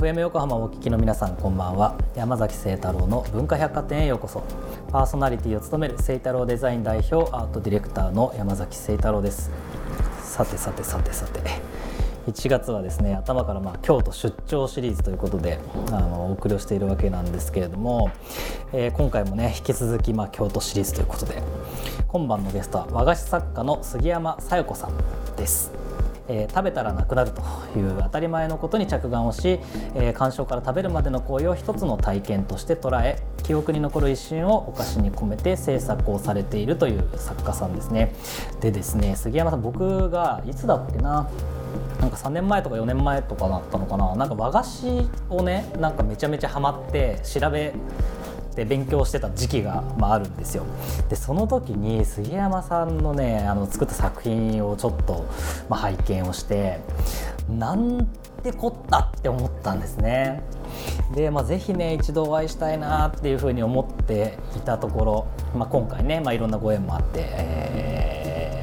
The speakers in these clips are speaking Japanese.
FM 横浜をお聞きの皆さん、こんばんは。山崎清太郎の文化百貨店へようこそ。パーソナリティを務める清太郎デザイン代表アートディレクターの山崎清太郎です。さて1月はですね、頭から京都出張シリーズということでお送りをしているわけなんですけれども、今回もね引き続き京都シリーズということで、今晩のゲストは和菓子作家の杉山小夜子さんです。食べたらなくなるという当たり前のことに着眼をし、鑑賞から食べるまでの行為を一つの体験として捉え、記憶に残る一瞬をお菓子に込めて制作をされているという作家さんですね。でですね、杉山さん、僕がいつだっけな、3年前とか4年前とかだったのかな、和菓子をねめちゃめちゃハマって調べて勉強してた時期があるんですよ。でその時に杉山さんのね作った作品をちょっと拝見をして、なんてこったって思ったんですね。で、ぜひね一度お会いしたいなっていうふうに思っていたところ、今回ね、いろんなご縁もあって、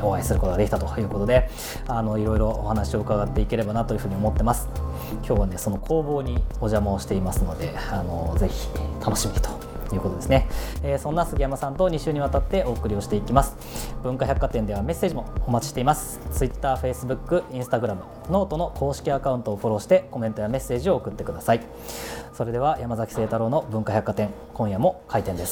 お会いすることができたということで、いろいろお話を伺っていければなというふうに思ってます。今日はねその工房にお邪魔をしていますので、ぜひ楽しみにということですね。そんな杉山さんと2週にわたってお送りをしていきます。文化百貨店ではメッセージもお待ちしています。 Twitter、Facebook、Instagram、ノートの公式アカウントをフォローしてコメントやメッセージを送ってください。それでは山崎清太郎の文化百貨店、今夜も開店です。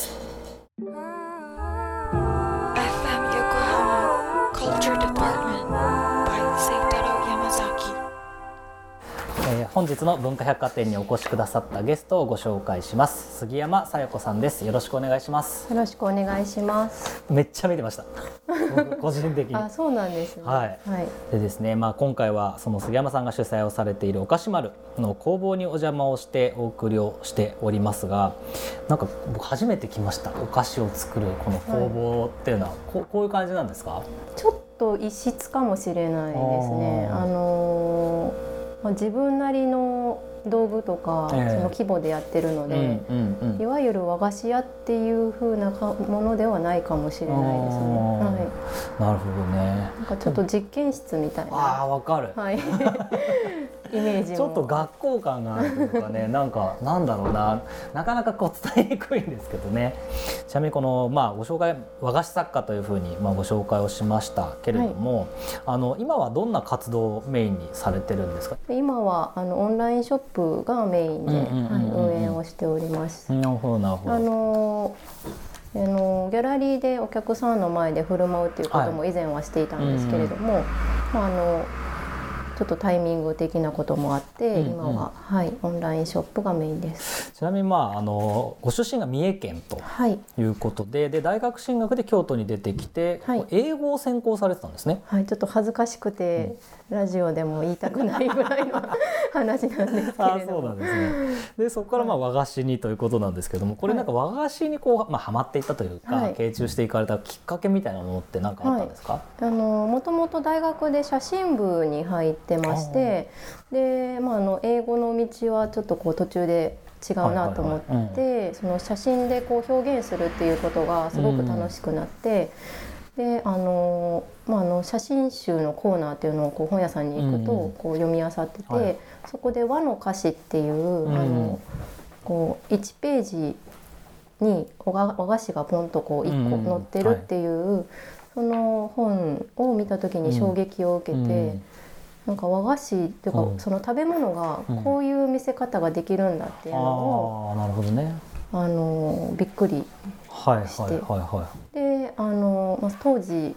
本日の文化百貨店にお越しくださったゲストをご紹介します。杉山小夜子さんです。よろしくお願いします。 よろしくお願いします。 めっちゃ見てました僕個人的に。 あ、そうなんですね。 はい、でですね、今回はその杉山さんが主催をされているおかし丸の工房にお邪魔をしてお送りをしておりますが、僕初めて来ました。お菓子を作るこの工房っていうのは、こういう感じなんですか？ ちょっと異質かもしれないですね。自分なりの道具とか、その規模でやってるので、いわゆる和菓子屋っていう風なものではないかもしれないですね。 なるほどね。 ちょっと実験室みたいな。 わかる。 イメージもちょっと学校感があるというかね、なんだろうな、なかなか伝えにくいんですけどね。ちなみにこの、ご紹介、和菓子作家というふうにご紹介をしましたけれども、今はどんな活動をメインにされてるんですか？ 今はオンラインショップがメインで運営をしております。 なるほどなるほど。 ギャラリーでお客さんの前で振る舞うということも以前はしていたんですけれども、ちょっとタイミング的なこともあって、今は、オンラインショップがメインです。 ちなみにご出身が三重県ということで、大学進学で京都に出てきて、英語を専攻されてたんですね。 ちょっと恥ずかしくて、ラジオでも言いたくないぐらいの話なんですけれども。 そうなんですね。でそこから和菓子にということなんですけども、これ和菓子にハマっていったというか、傾注していかれたきっかけみたいなものって何かあったんですか？ もともと大学で写真部に入ってまして、で、英語の道はちょっと途中で違うなと思って、その写真で表現するっていうことがすごく楽しくなって、で写真集のコーナーっていうのを本屋さんに行くと読み漁ってて、そこで和の菓子っていう1ページに和菓子がポンと1個載ってるっていう、その本を見た時に衝撃を受けて、和菓子っていうか、その食べ物がこういう見せ方ができるんだっていうのを、 なるほどね、 びっくりして、で当時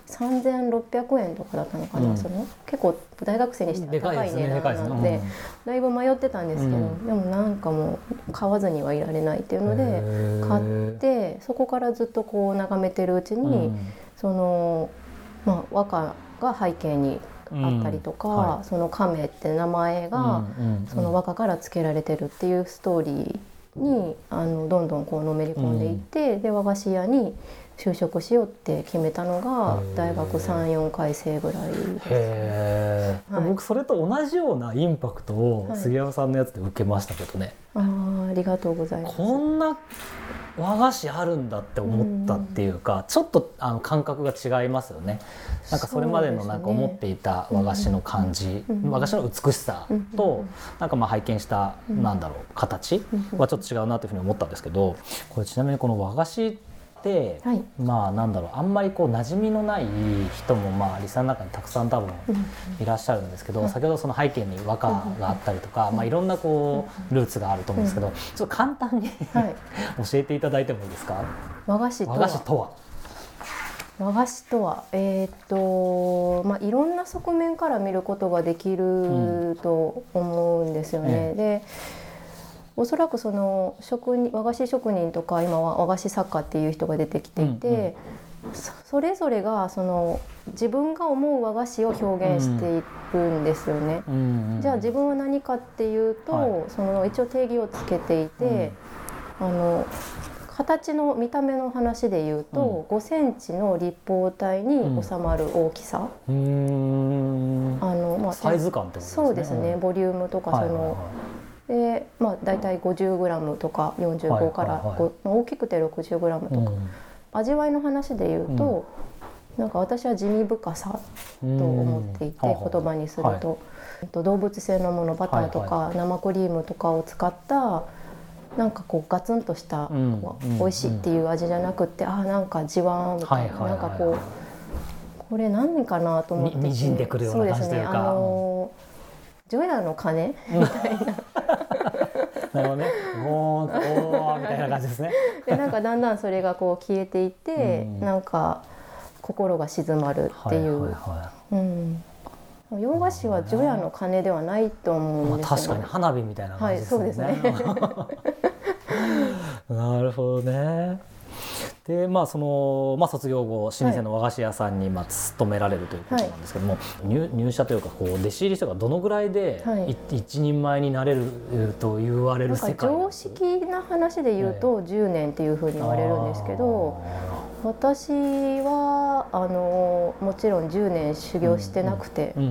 3600円とかだったのかな、結構大学生にしては高い値段なので、だいぶ迷ってたんですけど、でももう買わずにはいられないっていうので買って、そこからずっと眺めてるうちに、その和歌が背景にあったりとか、その亀って名前がその和歌から付けられてるっていうストーリーにどんどんのめり込んでいって、で和菓子屋に就職しようって決めたのが大学3、4回生ぐらいです。 へー、はい、僕それと同じようなインパクトを杉山さんのやつで受けましたけどね、 はい、ありがとうございます。 こんな和菓子あるんだって思ったっていうか、ちょっと感覚が違いますよね。なんかそれまでのなんか思っていた和菓子の感じ、和菓子の美しさとなんかまあ拝見したなんだろう形はちょっと違うなというふうに思ったんですけど、これちなみにこの和菓子で、はい、まあなんだろう、あんまりこう馴染みのない人もまあリスナーの中にたくさん多分いらっしゃるんですけど、先ほどその背景に和歌があったりとか、まあいろんなこうルーツがあると思うんですけど、ちょっと簡単に教えていただいてもいいですか。 和菓子とは、和菓子とは、まあいろんな側面から見ることができると思うんですよね。でおそらくその和菓子職人とか今は和菓子作家っていう人が出てきていて、それぞれがその自分が思う和菓子を表現していくんですよね。じゃあ自分は何かっていうと、その一応定義をつけていて、形の見た目の話でいうと、5センチの立方体に収まる大きさ、 サイズ感ってことですね。 そうですね、ボリュームとかその、でまあ、大体 50g とか45から、大きくて 60g とか、味わいの話で言うと、なんか私は地味深さと思っていて、言葉にすると、動物性のもの、バターとか生クリームとかを使ったなんかこうガツンとした美味しいっていう味じゃなくて、なんかじわーんみたいな、なんかこうこれ何かなと思ってて、 にじんでくるような感じというか、 除夜の鐘みたいななるほどね、ゴーンおーみたいな感じですね。 でなんかだんだんそれがこう消えていって、なんか心が静まるっていう、洋菓子は除夜の鐘ではないと思うんですよね。 確かに花火みたいな感じですね。 そうですね。 なるほどね。でまあ卒業後老舗の和菓子屋さんに勤められるということなんですけども、入社というかこう弟子入りしてからどのぐらいで一人前になれると言われる世界。 常識な話で言うと10年っていうふうに言われるんですけど、私はもちろん10年修行してなくて、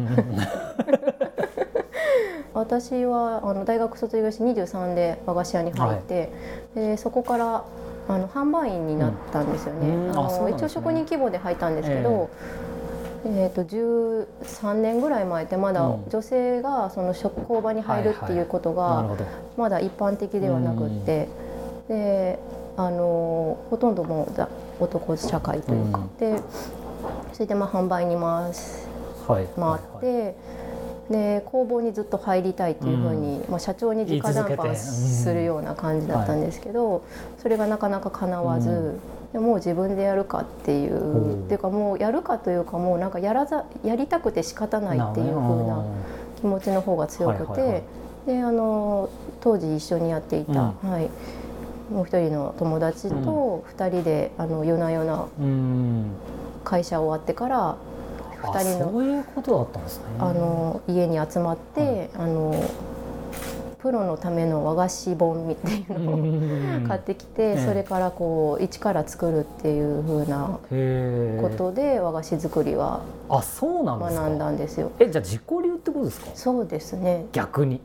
私は大学卒業して23で和菓子屋に入って、でそこから販売員になったんですよね。一応職人規模で入ったんですけど、13年ぐらい前ってまだ女性がその工場に入るっていうことがまだ一般的ではなくって、でほとんどもう男社会というか、でそれで販売に回って。で工房にずっと入りたいっていうふうに、社長に直談判するような感じだったんですけど、それがなかなか叶わず、でもう自分でやるかっていう、っていうかもうやるかというかもうなんかやりたくて仕方ないっていうふうな気持ちの方が強くて、で当時一緒にやっていた、もう一人の友達と2人で夜な夜な会社終わってから2人のそういうことだったんですね。 家に集まって、プロのための和菓子本っていうのを買ってきて、それからこう一から作るっていう風なことで和菓子作りは学んだんですよ。 じゃあ自己流ってことですか？ そうですね。 逆に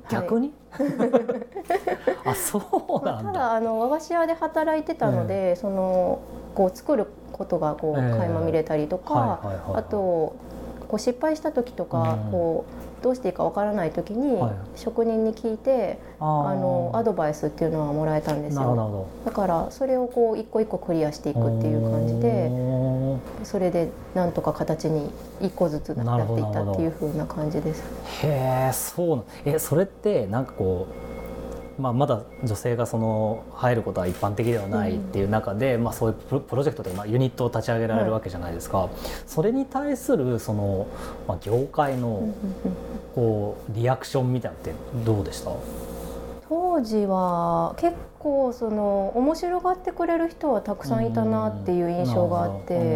そうなんだ。 ただ和菓子屋で働いてたので、こう作ることがこう垣間見れたりとか、あとこう失敗した時とか、こうどうしていいかわからない時に職人に聞いて、アドバイスっていうのはもらえたんですよ。だからそれをこう一個一個クリアしていくっていう感じで、それでなんとか形に一個ずつやっていったっていう風な感じです。 へえ、そうなん。それってなんかこう。まだ女性が入ることは一般的ではないっていう中で、そういうプロジェクトというかユニットを立ち上げられるわけじゃないですか。それに対する業界のこうリアクションみたいなのってどうでした？ 当時は結構面白がってくれる人はたくさんいたなっていう印象があって、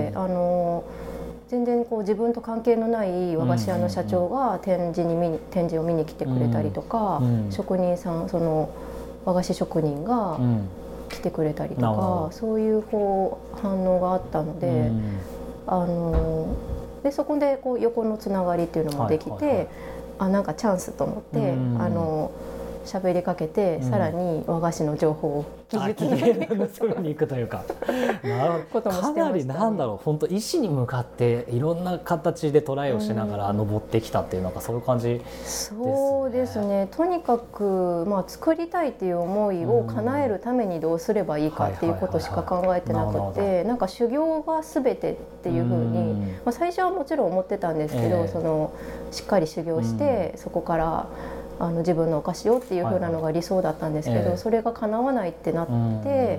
全然こう自分と関係のない和菓子屋の社長が展示を見に来てくれたりとか、職人さん和菓子職人が来てくれたりとか、そういうこう反応があったので、でそこでこう横のつながりっていうのもできて、なんかチャンスと思って、喋りかけて、さらに和菓子の情報を技術に行くというかかなりなんだろう、本当意思に向かっていろんな形でトライをしながら登ってきたっていうのがそういう感じですね。 そうですね。とにかく、作りたいっていう思いを叶えるためにどうすればいいかっていうことしか考えてなくて、なんか修行が全てっていうふうに、最初はもちろん思ってたんですけど、そのしっかり修行して、そこから自分のお菓子をっていう風なのが理想だったんですけど、それが叶わないってなって、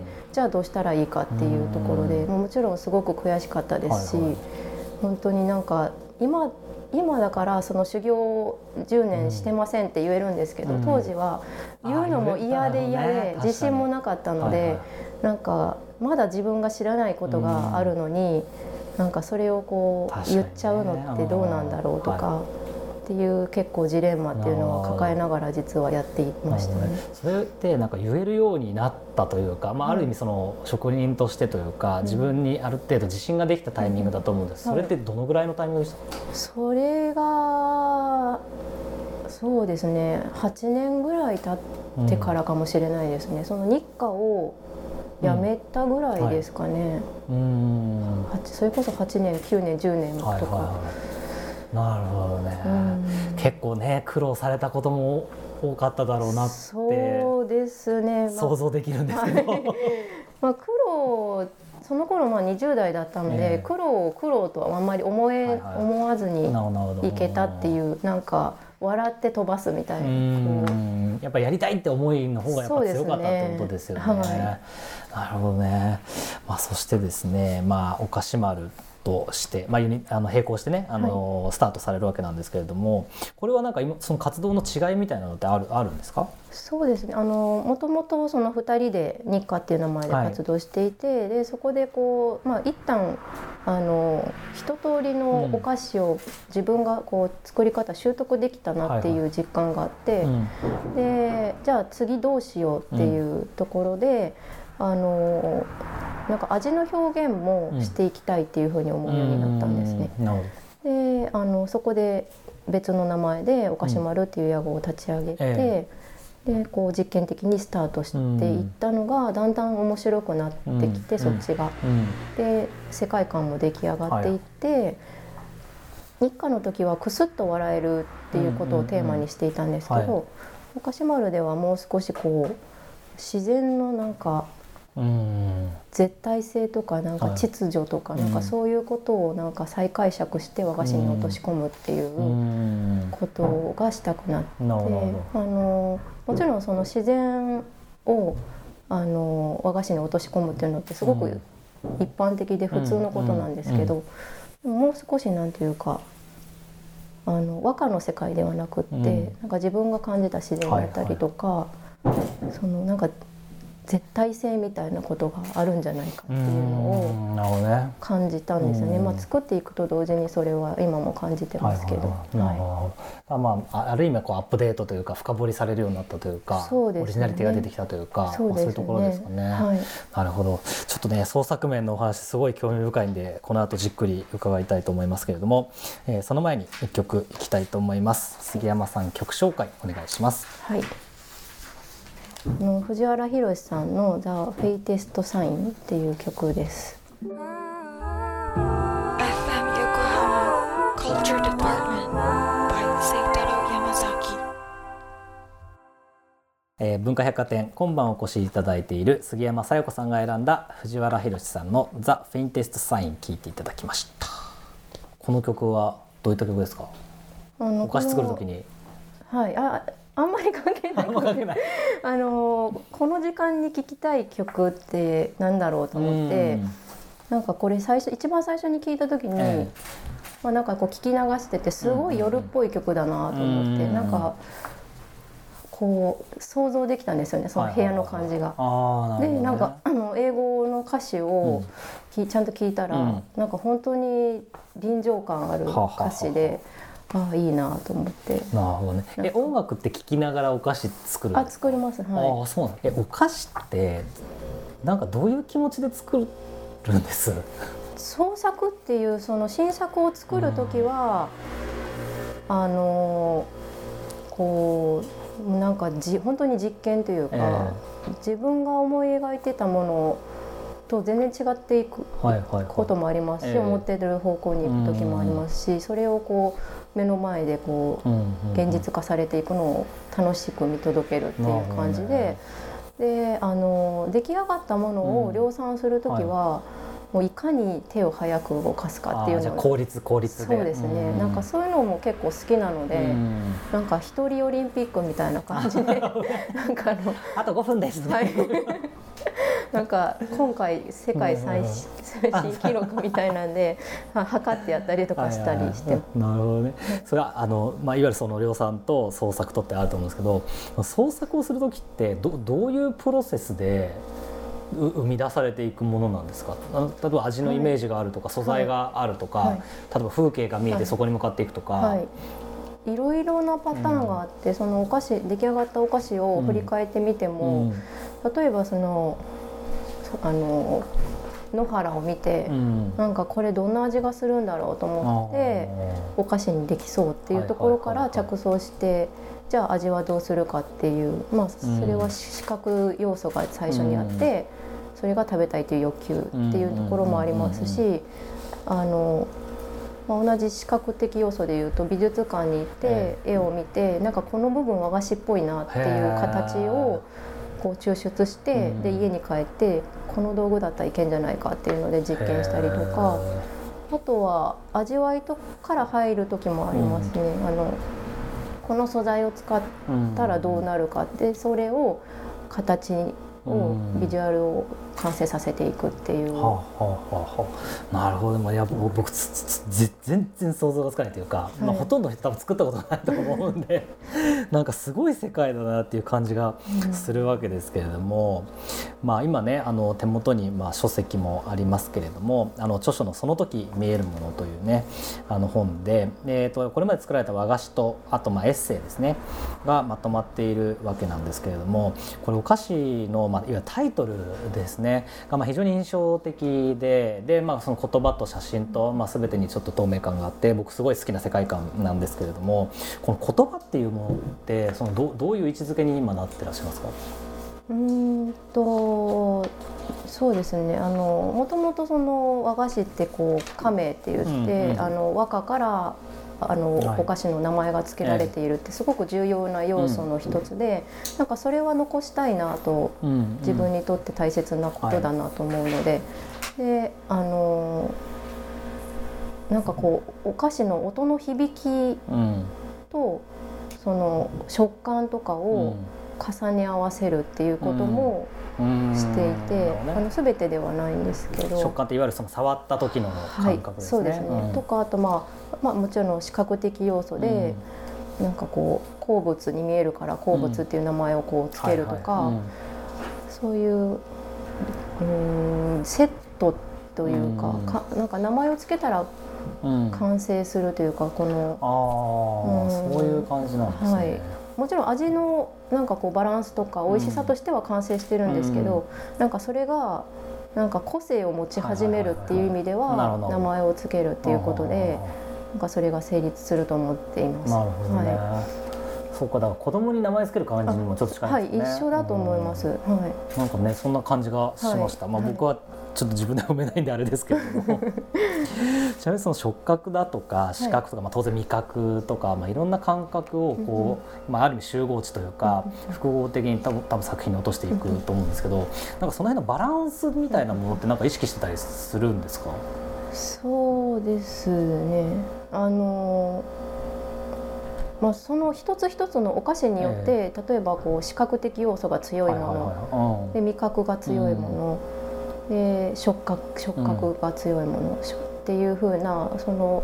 じゃあどうしたらいいかっていうところで、もちろんすごく悔しかったですし、本当になんか今だからその修行10年してませんって言えるんですけど、当時は言うのも嫌で自信もなかったので、なんかまだ自分が知らないことがあるのに、なんかそれをこう言っちゃうのってどうなんだろうとか。っていう結構ジレンマっていうのを抱えながら実はやっていましたね。 それってなんか言えるようになったというか、ある意味その職人としてというか、自分にある程度自信ができたタイミングだと思うんです。それってどのぐらいのタイミングでしたか？ それがそうですね、8年ぐらい経ってからかもしれないですね。その日課をやめたぐらいですかね。それこそ8年9年10年とか。 なるほどね、結構ね苦労されたことも多かっただろうなってそうですね、 想像できるんですけど、苦労その頃20代だったので、苦労とはあんまり思わずにいけたっていう、なんか笑って飛ばすみたいな、 やっぱりやりたいって思いの方がやっぱ強かったってことですよね。なるほどね。そしてですね、おかし丸として、並行してねスタートされるわけなんですけれども、これはなんか今その活動の違いみたいなのってあるんですか？ そうですね、もともとその2人で日課っていう名前で活動していて、でそこでこう、一旦一通りのお菓子を自分がこう作り方習得できたなっていう実感があって、でじゃあ次どうしようっていうところで、なんか味の表現もしていきたいっていうふうに思うようになったんですね。でそこで別の名前でおかし丸っていう屋号を立ち上げて、でこう実験的にスタートしていったのがだんだん面白くなってきて、そっちが。で世界観も出来上がっていって、日課の時はクスッと笑えるっていうことをテーマにしていたんですけど、おかし丸ではもう少しこう自然のなんか絶対性とかなんか秩序とかなんかそういうことをなんか再解釈して和菓子に落とし込むっていうことがしたくなって、もちろんその自然を和菓子に落とし込むっていうのってすごく一般的で普通のことなんですけど、もう少しなんていうか和歌の世界ではなくって、なんか自分が感じた自然だったりとか、そのなんか絶対性みたいなことがあるんじゃないかっていうのを感じたんですよね。作っていくと同時にそれは今も感じてますけど、 ある意味こうアップデートというか深掘りされるようになったというか、オリジナリティが出てきたというか、そういうところですかね。なるほど。ちょっとね創作面のお話すごい興味深いんで、この後じっくり伺いたいと思いますけれども、その前に一曲いきたいと思います。杉山さん、曲紹介お願いします。 藤原宏さんの The Faintest Sign っていう曲です。FM 横浜 Culture Department by 清太郎山崎。文化百貨店今晩お越しいただいている杉山さよ子さんが選んだ藤原宏さんの The Faintest Sign 聴いていただきました。この曲はどういった曲ですか？お菓子作る時に。 あんまり関係ないこの時間に聴きたい曲ってなんだろうと思って、なんかこれ一番最初に聴いた時に、なんかこう聴き流しててすごい夜っぽい曲だなと思って、なんかこう想像できたんですよね、その部屋の感じが。でなんか英語の歌詞をちゃんと聞いたら、なんか本当に臨場感ある歌詞で、 ああいいなと思って。 なるほどね。音楽って聴きながらお菓子作るんですか？ 作ります。はい。 あ、そうなん。お菓子ってなんかどういう気持ちで作るんです？ 創作っていうその新作を作る時は、こうなんか本当に実験というか、自分が思い描いてたものと全然違っていくこともありますし、思ってる方向に行く時もありますし、それをこう目の前でこう現実化されていくのを楽しく見届けるっていう感じで、で出来上がったものを量産する時は、もういかに手を早く動かすかっていうのを効率で。 そうですね、なんかそういうのも結構好きなので、なんか一人オリンピックみたいな感じでなんかあと5分ですね、 はい、なんか今回世界最新記録みたいなんで測ってやったりとかしたりしてなるほどね。それはいわゆるその量産と創作とってあると思うんですけど、創作をする時ってどういうプロセスで生み出されていくものなんですか？例えば味のイメージがあるとか、素材があるとか、例えば風景が見えてそこに向かっていくとか、 いろいろなパターンがあって、そのお菓子出来上がったお菓子を振り返ってみても、例えばその野原を見て、なんかこれどんな味がするんだろうと思ってお菓子にできそうっていうところから着想して、じゃあ味はどうするかっていう、それは視覚要素が最初にあって、それが食べたいという欲求っていうところもありますし、同じ視覚的要素でいうと美術館に行って絵を見て、なんかこの部分和菓子っぽいなっていう形をこう抽出して、で家に帰ってこの道具だったらいけんじゃないかっていうので実験したりとか、あとは味わいから入る時もありますね。この素材を使ったらどうなるかって、それを形をビジュアルを完成させていくっていう。 なるほど。いや僕全然想像がつかないというか、ほとんど多分作ったことないと思うんでなんかすごい世界だなっていう感じがするわけですけれども、今ね手元に書籍もありますけれども、著書のその時見えるものというね本で、これまで作られた和菓子とあとエッセイですねがまとまっているわけなんですけれども、これお菓子のいわゆるタイトルですねが非常に印象的で、その言葉と写真と全てにちょっと透明感があって、僕すごい好きな世界観なんですけれども、この言葉っていうものってどういう位置づけに今なってらっしゃいますか？ そうですね、もともとその和菓子ってこう家名って言って、和歌からお菓子の名前が付けられているってすごく重要な要素の一つで、なんかそれは残したいなと、自分にとって大切なことだなと思うので、でなんかこうお菓子の音の響きとその食感とかを重ね合わせるっていうこともしていて、全てではないんですけど、 食感っていわゆるその触った時の感覚ですね。 そうですね。とかあともちろん視覚的要素で、なんかこう鉱物に見えるから鉱物っていう名前をこうつけるとか、そういうセットというか、なんか名前をつけたら完成するというか、このそういう感じなんですね。 もちろん味のなんかこうバランスとか美味しさとしては完成してるんですけど、なんかそれがなんか個性を持ち始めるっていう意味では名前をつけるっていうことで、なんかそれが成立すると思っています。 なるほどね。そうか、だから子供に名前つける感じにもちょっと近いですね。 一緒だと思います。 なんかね、そんな感じがしました。僕はちょっと自分で読めないんであれですけれどもちなみにその触覚だとか視覚とか、当然味覚とか、いろんな感覚をこう、ある意味集合値というか、複合的に多分作品に落としていくと思うんですけど、なんかその辺のバランスみたいなものってなんか意識してたりするんですか？ そうですね。その一つ一つのお菓子によって、例えばこう視覚的要素が強いもの、で味覚が強いもの、で触覚が強いものっていう風なその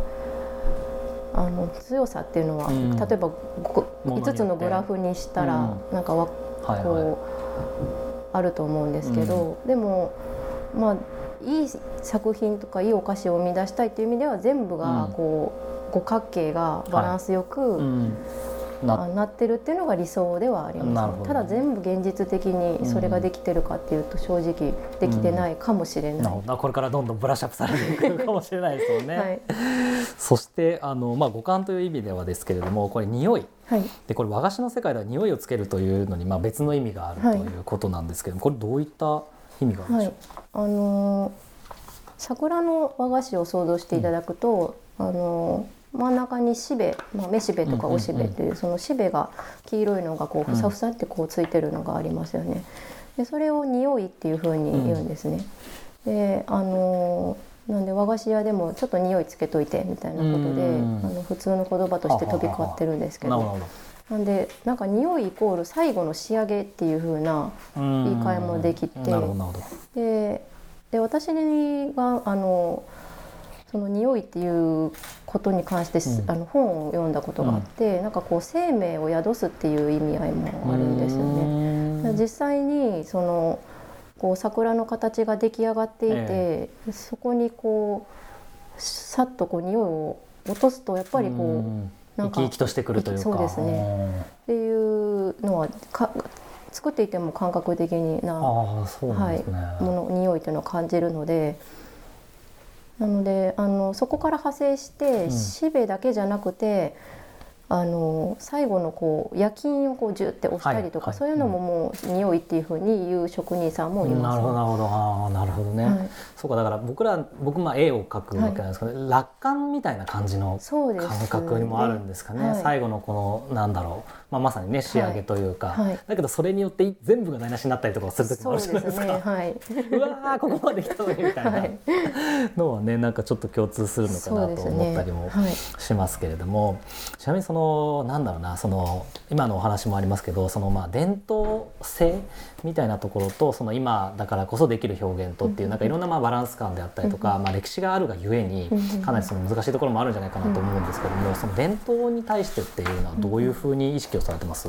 強さっていうのは、例えば5つのグラフにしたらなんかこうあると思うんですけど、でもいい作品とかいいお菓子を生み出したいっていう意味では全部がこう五角形がバランスよく、なってるっていうのが理想ではあります、ただ全部現実的にそれができてるかっていうと正直できてないかもしれない、 これからどんどんブラッシュアップされていくかもしれないですよね、はい、そして五感という意味ではですけれどもこれ匂い、はい、でこれ和菓子の世界では匂いをつけるというのに別の意味があるということなんですけども、これどういった意味があるんでしょう？ 桜の和菓子を想像していただくと、真ん中にしべ、めしべとかおしべという、そのしべが黄色いのがこうふさふさってこうついてるのがありますよね。でそれを匂いっていうふうに言うんですね。でなんで和菓子屋でもちょっと匂いつけといてみたいなことで普通の言葉として飛び交ってるんですけど、なんでなんか匂いイコール最後の仕上げっていう風な言い換えもできて、で私がその匂いっていうことに関して本を読んだことがあって、なんかこう生命を宿すっていう意味合いもあるんですよね。実際にそのこう桜の形が出来上がっていて、そこにこうさっとこう匂いを落とすとやっぱりこうなんか生き生きとしてくるというか、 そうですねっていうのは作っていても感覚的なもの匂いというのを感じるので。なのでそこから派生してしべだけじゃなくて最後のこう焼き印をこうジュって押したりとか、そういうのももう匂いっていう風に言う職人さんもいます、ね、 なるほどね、はい、そうかだから僕絵を描くわけなんですけど、楽観みたいな感じの感覚にもあるんですかね、最後のこのなんだろう、まさにね仕上げというか、だけどそれによって全部が台無しになったりとかする時もあるじゃないですか。うわここまで来たのにみたいなのはねなんかちょっと共通するのかなと思ったりもしますけれども、ちなみになんだろうな今のお話もありますけど伝統性みたいなところと今だからこそできる表現とっていうなんかいろんなバランス感であったりとか、歴史があるがゆえにかなり難しいところもあるんじゃないかなと思うんですけども、その伝統に対してっていうのはどういうふうに意識をされてます？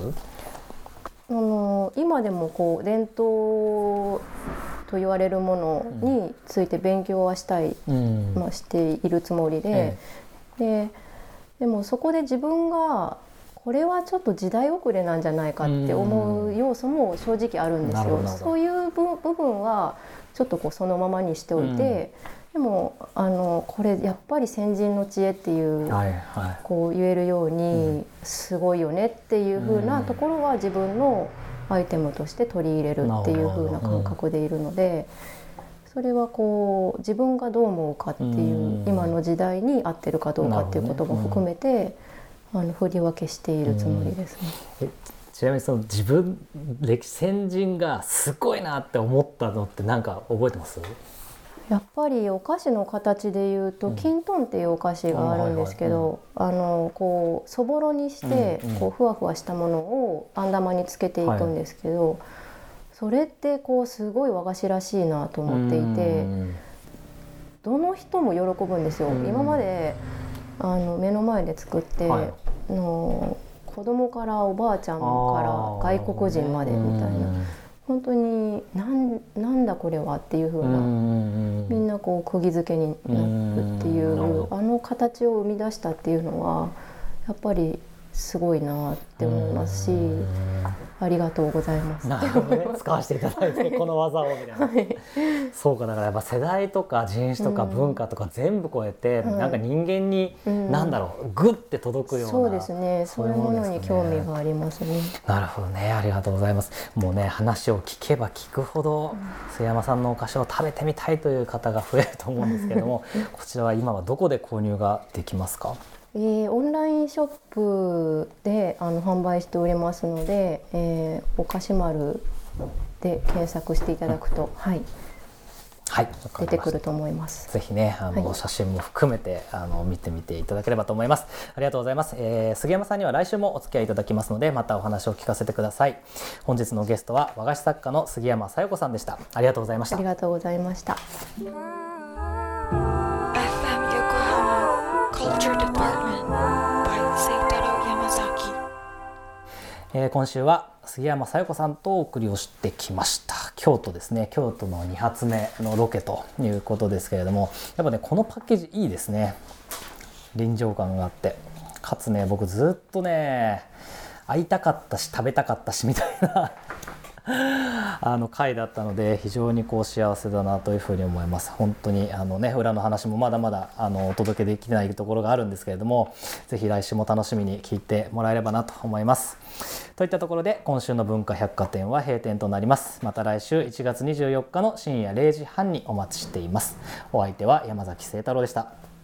今でもこう伝統と言われるものについて勉強はしたい、しているつもりで、でもそこで自分がこれはちょっと時代遅れなんじゃないかって思う要素も正直あるんですよ。そういう部分はちょっとこうそのままにしておいて、でもこれやっぱり先人の知恵っていう、こう言えるようにすごいよねっていう風なところは自分のアイテムとして取り入れるっていう風な感覚でいるので、それはこう自分がどう思うかっていう今の時代に合ってるかどうかっていうことも含めて振り分けしているつもりですね。 ちなみに自分先人がすごいなって思ったのって何か覚えてます？ やっぱりお菓子の形でいうときんとんっていうお菓子があるんですけど、こうそぼろにしてこうふわふわしたものをあん玉につけていくんですけど、それってこうすごい和菓子らしいなと思っていて、どの人も喜ぶんですよ。今まで目の前で作って、子供からおばあちゃんから外国人までみたいな、本当になんだこれはっていう風な、みんなこう釘付けになるっていう形を生み出したっていうのはやっぱりすごいなって思いますし、ありがとうございます。 なるほどね、使わせていただいてこの技をみたいな、そうかだからやっぱ世代とか人種とか文化とか全部超えて、なんか人間になんだろうグッて届くような、 そうですね、そういうものに興味がありますね。 なるほどね、ありがとうございます。もうね話を聞けば聞くほど須山さんのお菓子を食べてみたいという方が増えると思うんですけどもこちらは今はどこで購入ができますか？ オンラインショップで販売しておりますので、おかし丸で検索していただくと、出てくると思います。 ぜひね写真も含めて見てみていただければと思います。ありがとうございます。杉山さんには来週もお付き合いいただきますのでまたお話を聞かせてください。本日のゲストは和菓子作家の杉山小夜子さんでした。ありがとうございました。 ありがとうございました。 今週は杉山小夜子さんとお送りをしてきました。京都ですね、京都の2発目のロケということですけれども、やっぱねこのパッケージいいですね。 臨場感があって、かつね僕ずっとね会いたかったし食べたかったしみたいな回だったので、非常にこう幸せだなというふうに思います。本当に裏の話もまだまだお届けできないところがあるんですけれども、ぜひ来週も楽しみに聞いてもらえればなと思います。といったところで今週の文化百貨店は閉店となります。また来週1月24日の深夜0時半にお待ちしています。お相手は山崎誠太郎でした。